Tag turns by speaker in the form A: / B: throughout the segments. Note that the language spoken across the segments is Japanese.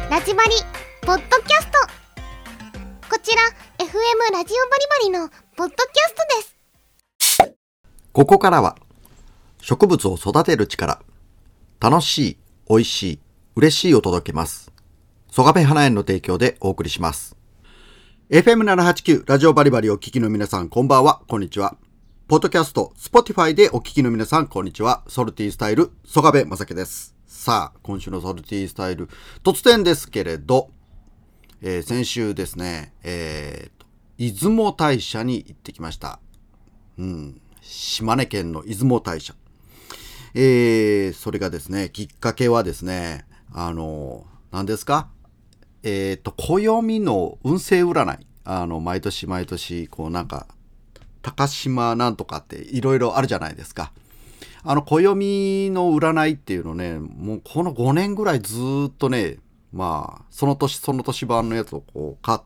A: ラジバリポッドキャスト。こちら FM ラジオバリバリのポッドキャストです。
B: ここからは植物を育てる力、楽しい、美味しい、嬉しいを届けます。曽我部花園の提供でお送りします。FM789 ラジオバリバリをお聞きの皆さん、こんばんは、こんにちは。ポッドキャスト、Spotify でお聞きの皆さん、こんにちは。ソルティースタイル、曽我部正樹です。さあ、今週のソルティースタイル、突然ですけれど、先週ですね、出雲大社に行ってきました。島根県の出雲大社。それがですね、きっかけはですね、何ですか？暦の運勢占い。毎年、こうなんか、高島なんとかっていろいろあるじゃないですか。暦の占いっていうのね、もうこの5年ぐらいずっとね、まあ、その年版のやつをこう買って、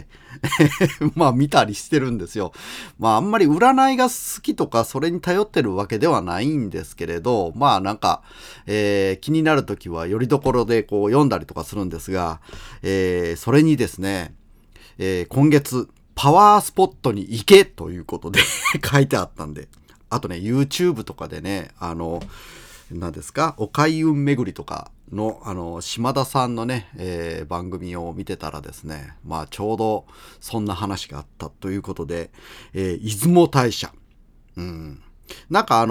B: まあ見たりしてるんですよ。まああんまり占いが好きとかそれに頼ってるわけではないんですけれど、まあなんか、気になるときはよりどころでこう読んだりとかするんですが、それにですね、今月パワースポットに行けということで書いてあったんで、あとね YouTube とかでね、何ですか、お開運巡りとかの島田さんのね、番組を見てたらですね、まあちょうどそんな話があったということで、出雲大社、なんか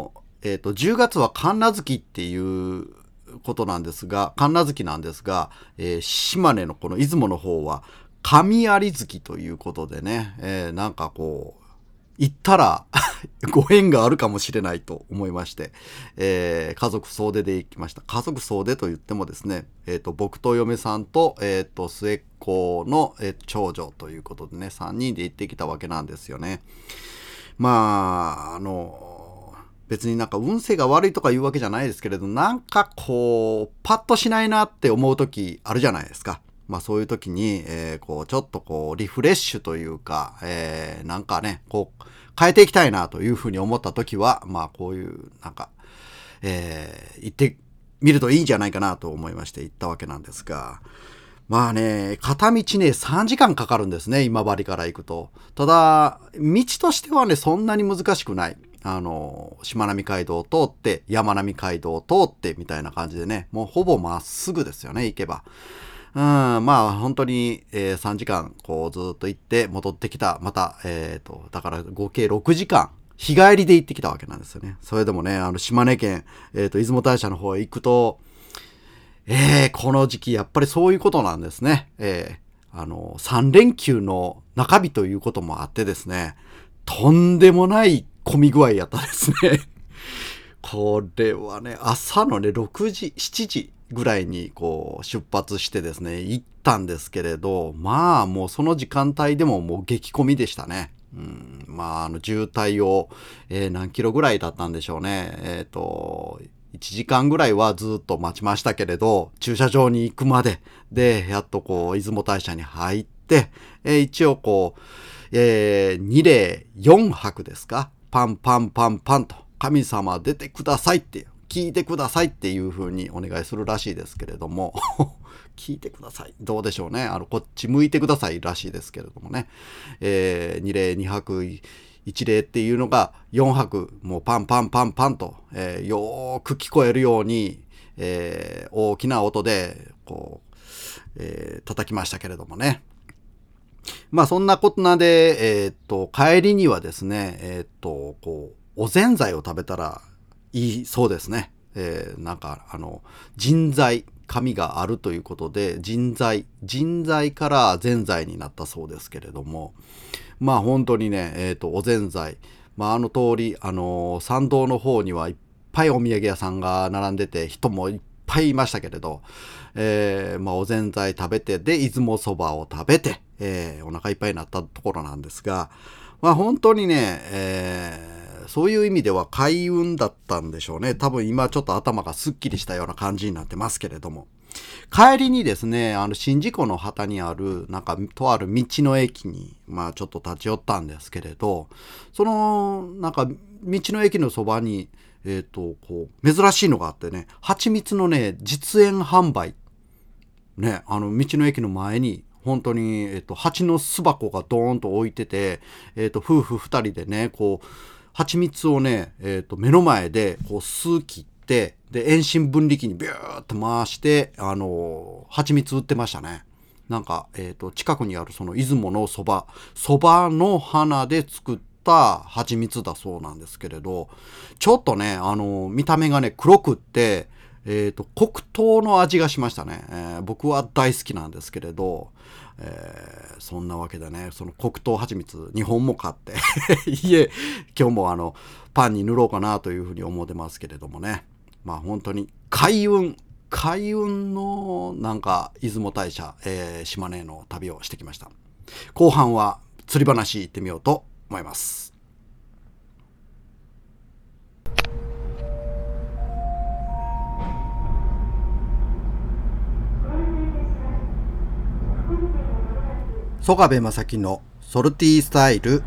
B: 10月は神無月っていうことなんですが、神無月なんですが、島根のこの出雲の方は神有月ということでね、なんかこう行ったらご縁があるかもしれないと思いまして、家族総出で行きました。家族総出と言ってもですね、僕と嫁さんと、末っ子の、長女ということでね、3人で行ってきたわけなんですよね。まあ、別になんか運勢が悪いとか言うわけじゃないですけれど、なんかこう、パッとしないなって思う時あるじゃないですか。まあそういう時に、こうちょっとこうリフレッシュというか、なんかね、こう変えていきたいなというふうに思った時は、まあこういうなんか、行ってみるといいんじゃないかなと思いまして行ったわけなんですが、まあね、片道ね3時間かかるんですね、今治から行くと。ただ道としてはねそんなに難しくない。しまなみ海道を通って山並街道を通ってみたいな感じでね、もうほぼまっすぐですよね、行けば。まあ本当に、3時間こうずっと行って戻ってきた。また、だから合計6時間日帰りで行ってきたわけなんですよね。それでもね、島根県、出雲大社の方へ行くと、この時期やっぱりそういうことなんですね。3連休の中日ということもあってですね、とんでもない混み具合やったですね。これはね、朝のね、6時、7時ぐらいにこう出発してですね、行ったんですけれど、まあもうその時間帯でももう激混みでしたね。まあ渋滞を、何キロぐらいだったんでしょうね。1時間ぐらいはずっと待ちましたけれど、駐車場に行くまで、で、やっとこう、出雲大社に入って、一応こう、2礼4拍ですか？パンパンパンパンと、神様出てくださいって、聞いてくださいっていう風にお願いするらしいですけれども、聞いてください。どうでしょうね。こっち向いてくださいらしいですけれどもね。2礼2拍、1礼っていうのが4拍、もうパンパンパンパンと、よーく聞こえるように、大きな音で、こう、叩きましたけれどもね。まあそんなことなで、帰りにはですね、こう、おぜんざいを食べたらいいそうですね。なんか神在、神があるということで、神在からぜんざいになったそうですけれども、まあ本当にね、おぜんざい、まあ通り、参道の方にはいっぱいお土産屋さんが並んでて、人もいっぱいいましたけれど、まあおぜんざい食べて、で、出雲そばを食べて、お腹いっぱいになったところなんですが、まあ本当にね、そういう意味では開運だったんでしょうね。多分今ちょっと頭がすっきりしたような感じになってますけれども。帰りにですね、宍道湖の旗にある、なんか、とある道の駅に、まあちょっと立ち寄ったんですけれど、その、なんか、道の駅のそばに、こう、珍しいのがあってね、蜂蜜のね、実演販売ね、道の駅の前に本当に、蜂の巣箱がドーンと置いてて、夫婦2人でね、こう蜂蜜をね、目の前でこう吸う切って、で遠心分離機にビューッと回して、蜂蜜売ってましたね。なんか、近くにあるその出雲のそばの花で作った蜂蜜だそうなんですけれど、ちょっとね、見た目がね黒くって、黒糖の味がしましたね。僕は大好きなんですけれど、そんなわけでね、その黒糖蜂蜜2本も買って今日もパンに塗ろうかなというふうに思ってますけれどもね。まあ本当に開運のなんか出雲大社、島根の旅をしてきました。後半は釣り話行ってみようと思います。曽我部正樹のソルティースタイル。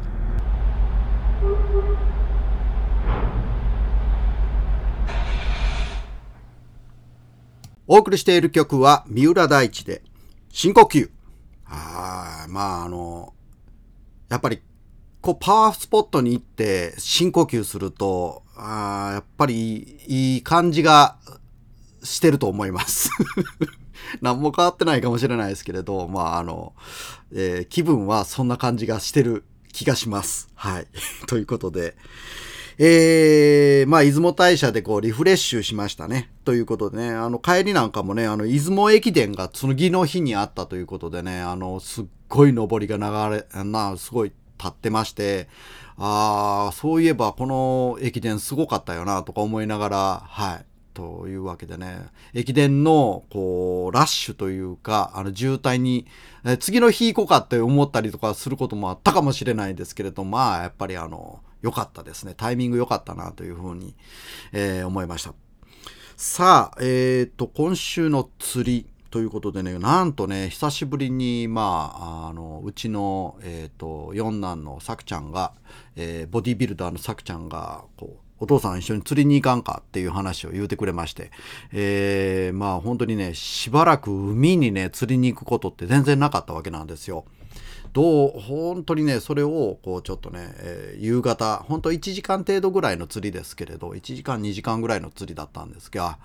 B: お送りしている曲は三浦大知で深呼吸。まあやっぱりこうパワースポットに行って深呼吸するとやっぱりいい感じがしてると思います何も変わってないかもしれないですけれど、気分はそんな感じがしてる気がします。はいということで、出雲大社でこうリフレッシュしましたね。ということでね、帰りなんかもね、出雲駅伝が次の日にあったということでね、すっごい上りがすごい立ってまして、そういえばこの駅伝すごかったよなとか思いながら、はい。というわけでね、駅伝のこうラッシュというか渋滞に、次の日行こうかって思ったりとかすることもあったかもしれないんですけれど、やっぱり良かったですね。タイミング良かったなというふうに、思いました。さあ、今週の釣りということでね、なんとね、久しぶりにうちの四男のさくちゃんが、ボディビルダーのさくちゃんがこうお父さん一緒に釣りに行かんかっていう話を言うてくれまして、本当にね、しばらく海にね釣りに行くことって全然なかったわけなんですよ。本当にね、それをこうちょっとね、夕方本当1時間程度ぐらいの釣りですけれど、1時間2時間ぐらいの釣りだったんですが、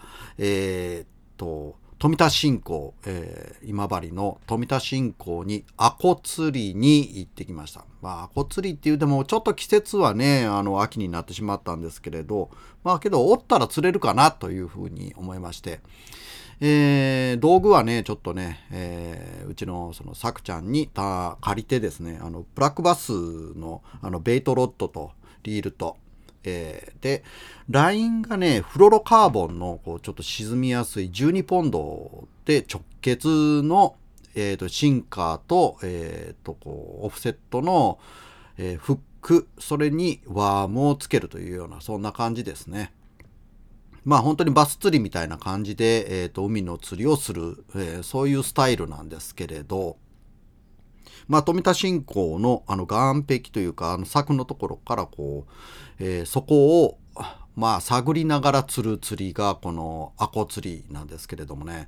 B: 富田信仰、今治の富田信仰にアコ釣りに行ってきました。アコ釣りっていうでもちょっと季節はね秋になってしまったんですけれど、けどおったら釣れるかなというふうに思いまして、道具はねちょっとね、うちのそのさくちゃんに借りてですね、ブラックバスのベイトロッドとリールと、でラインがねフロロカーボンのこうちょっと沈みやすい12ポンドで直結の、シンカーと、こうオフセットの、フック、それにワームをつけるというようなそんな感じですね。本当にバス釣りみたいな感じで、海の釣りをする、そういうスタイルなんですけれど、富田信仰の岸壁というか柵のところからこう、そこを探りながら釣る釣りがこのアコ釣りなんですけれどもね、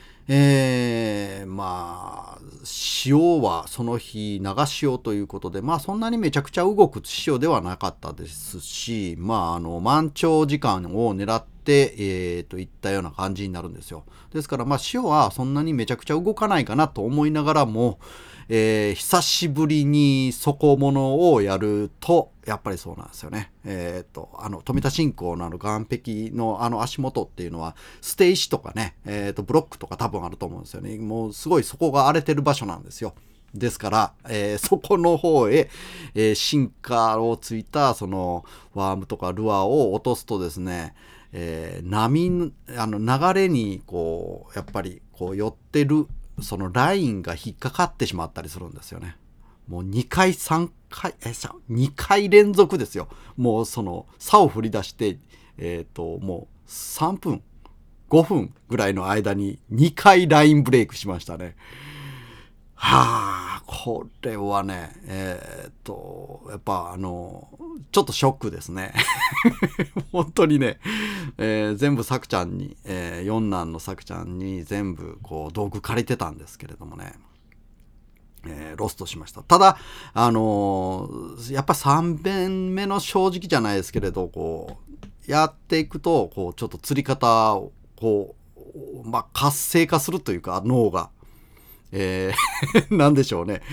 B: 潮はその日長潮ということでそんなにめちゃくちゃ動く潮ではなかったですし、満潮時間を狙っていったような感じになるんですよ。ですから潮はそんなにめちゃくちゃ動かないかなと思いながらも、久しぶりに底物をやるとやっぱりそうなんですよね。富田信仰の岸壁の足元っていうのは捨て石とかね、ブロックとか多分あると思うんですよね。もうすごい底が荒れてる場所なんですよ。ですから、そこの方へ、シンカーをついたそのワームとかルアーを落とすとですね、流れにこうやっぱりこう寄ってるそのラインが引っかかってしまったりするんですよね。もう2回連続ですよ。もうその竿を振り出して、もう3分5分ぐらいの間に2回ラインブレイクしましたね。 これはね、やっぱちょっとショックですね。本当にね、全部さくちゃんに、四男のさくちゃんに全部こう道具借りてたんですけれどもね、ロストしました。ただ、やっぱ3遍目の正直じゃないですけれど、こう、やっていくと、こう、ちょっと釣り方を、こう、活性化するというか、脳が。なんでしょうね。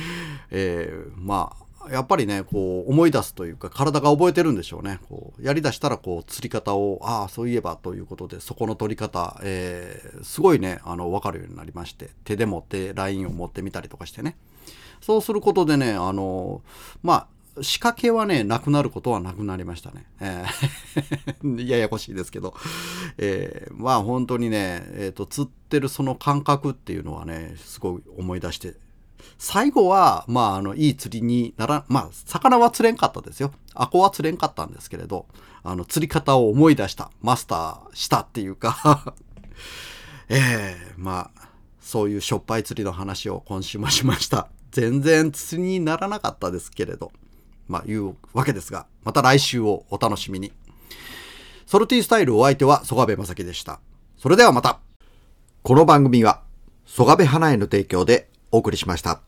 B: やっぱりね、こう、思い出すというか、体が覚えてるんでしょうね。こう、やりだしたら、こう、釣り方を、そういえばということで、そこの取り方、すごいね、わかるようになりまして、手で持って、ラインを持ってみたりとかしてね。そうすることでね、仕掛けはね、なくなることはなくなりましたね。ややこしいですけど。本当にね、釣ってるその感覚っていうのはね、すごい思い出して、最後は、いい釣りに魚は釣れんかったですよ。アコは釣れんかったんですけれど、釣り方を思い出した、マスターしたっていうか、そういうしょっぱい釣りの話を今週もしました。全然釣りにならなかったですけれど、いうわけですが、また来週をお楽しみに。ソルティスタイルお相手は曽我部正樹でした。それではまた。この番組は曽我部花江の提供でお送りしました。